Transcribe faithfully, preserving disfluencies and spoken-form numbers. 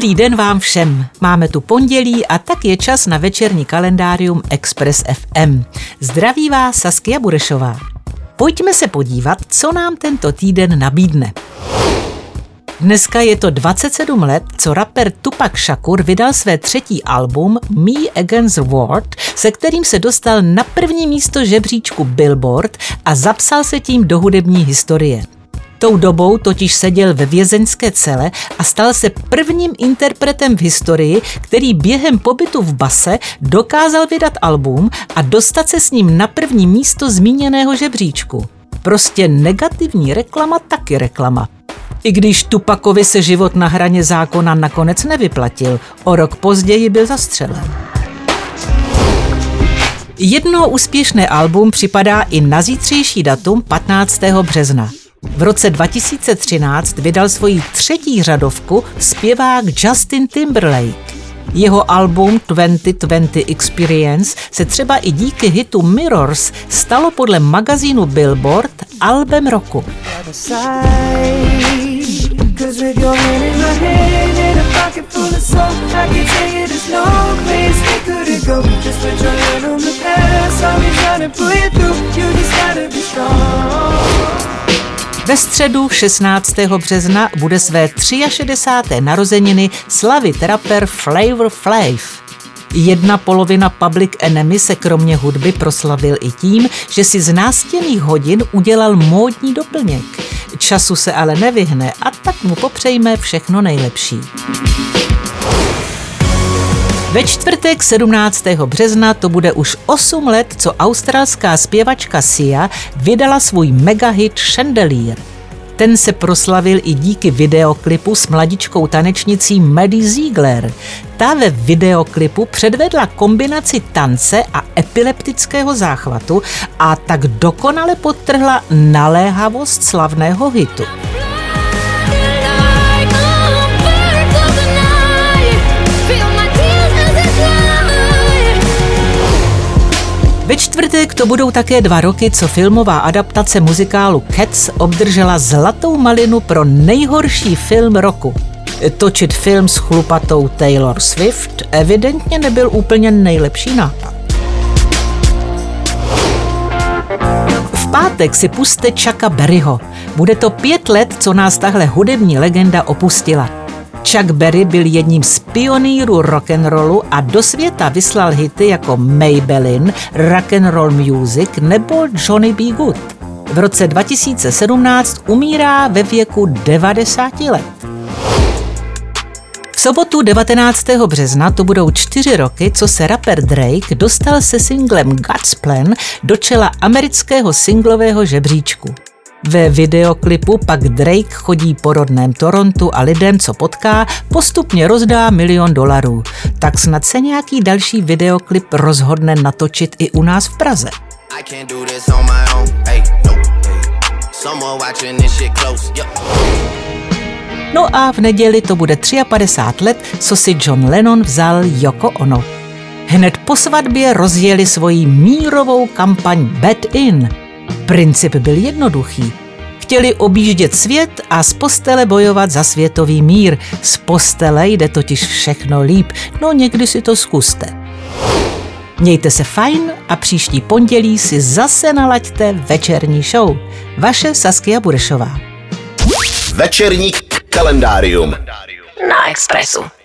Dobrý den vám všem. Máme tu pondělí a tak je čas na večerní kalendárium Express F M. Zdraví vás Saskia Burešová. Pojďme se podívat, co nám tento týden nabídne. Dneska je to dvacet sedm let, co rapper Tupac Shakur vydal své třetí album Me Against the World, se kterým se dostal na první místo žebříčku Billboard a zapsal se tím do hudební historie. Tou dobou totiž seděl ve vězeňské cele a stal se prvním interpretem v historii, který během pobytu v base dokázal vydat album a dostat se s ním na první místo zmíněného žebříčku. Prostě negativní reklama taky reklama. I když Tupacovi se život na hraně zákona nakonec nevyplatil, o rok později byl zastřelen. Jedno úspěšné album připadá i na zítřejší datum patnáctého března. V roce dva tisíce třináct vydal svoji třetí řadovku zpěvák Justin Timberlake. Jeho album dvacet dvacet Experience se třeba i díky hitu Mirrors stalo podle magazínu Billboard albem roku. Ve středu šestnáctého března bude své šedesáté třetí narozeniny slavit rapper Flavor Flav. Jedna polovina Public Enemy se kromě hudby proslavil i tím, že si z nástěnných hodin udělal módní doplněk. Času se ale nevyhne a tak mu popřejme všechno nejlepší. Ve čtvrtek sedmnáctého března to bude už osm let, co australská zpěvačka Sia vydala svůj megahit Chandelier. Ten se proslavil i díky videoklipu s mladičkou tanečnicí Maddie Ziegler. Ta ve videoklipu předvedla kombinaci tance a epileptického záchvatu a tak dokonale podtrhla naléhavost slavného hitu. Ve čtvrtek to budou také dva roky, co filmová adaptace muzikálu Cats obdržela zlatou malinu pro nejhorší film roku. Točit film s chlupatou Taylor Swift evidentně nebyl úplně nejlepší nápad. V pátek si puste Chucka Berryho. Bude to pět let, co nás tahle hudební legenda opustila. Chuck Berry byl jedním z pionýrů rock'n'rollu a do světa vyslal hity jako Maybelline, Rock'n'Roll Music nebo Johnny B. Good. V roce dva tisíce sedmnáct umírá ve věku devadesáti let. V sobotu devatenáctého března to budou čtyři roky, co se rapper Drake dostal se singlem God's Plan do čela amerického singlového žebříčku. Ve videoklipu pak Drake chodí po rodném Torontu a lidem, co potká, postupně rozdá milion dolarů. Tak snad se nějaký další videoklip rozhodne natočit i u nás v Praze. No a v neděli to bude padesát tři let, co si John Lennon vzal Yoko Ono. Hned po svatbě rozjeli svoji mírovou kampaň Bed In. Princip byl jednoduchý. Chtěli objíždět svět a z postele bojovat za světový mír. Z postele jde totiž všechno líp, no někdy si to zkuste. Mějte se fajn a příští pondělí si zase nalaďte večerní show. Vaše Saskia Burešová. Večerní kalendárium na Expressu.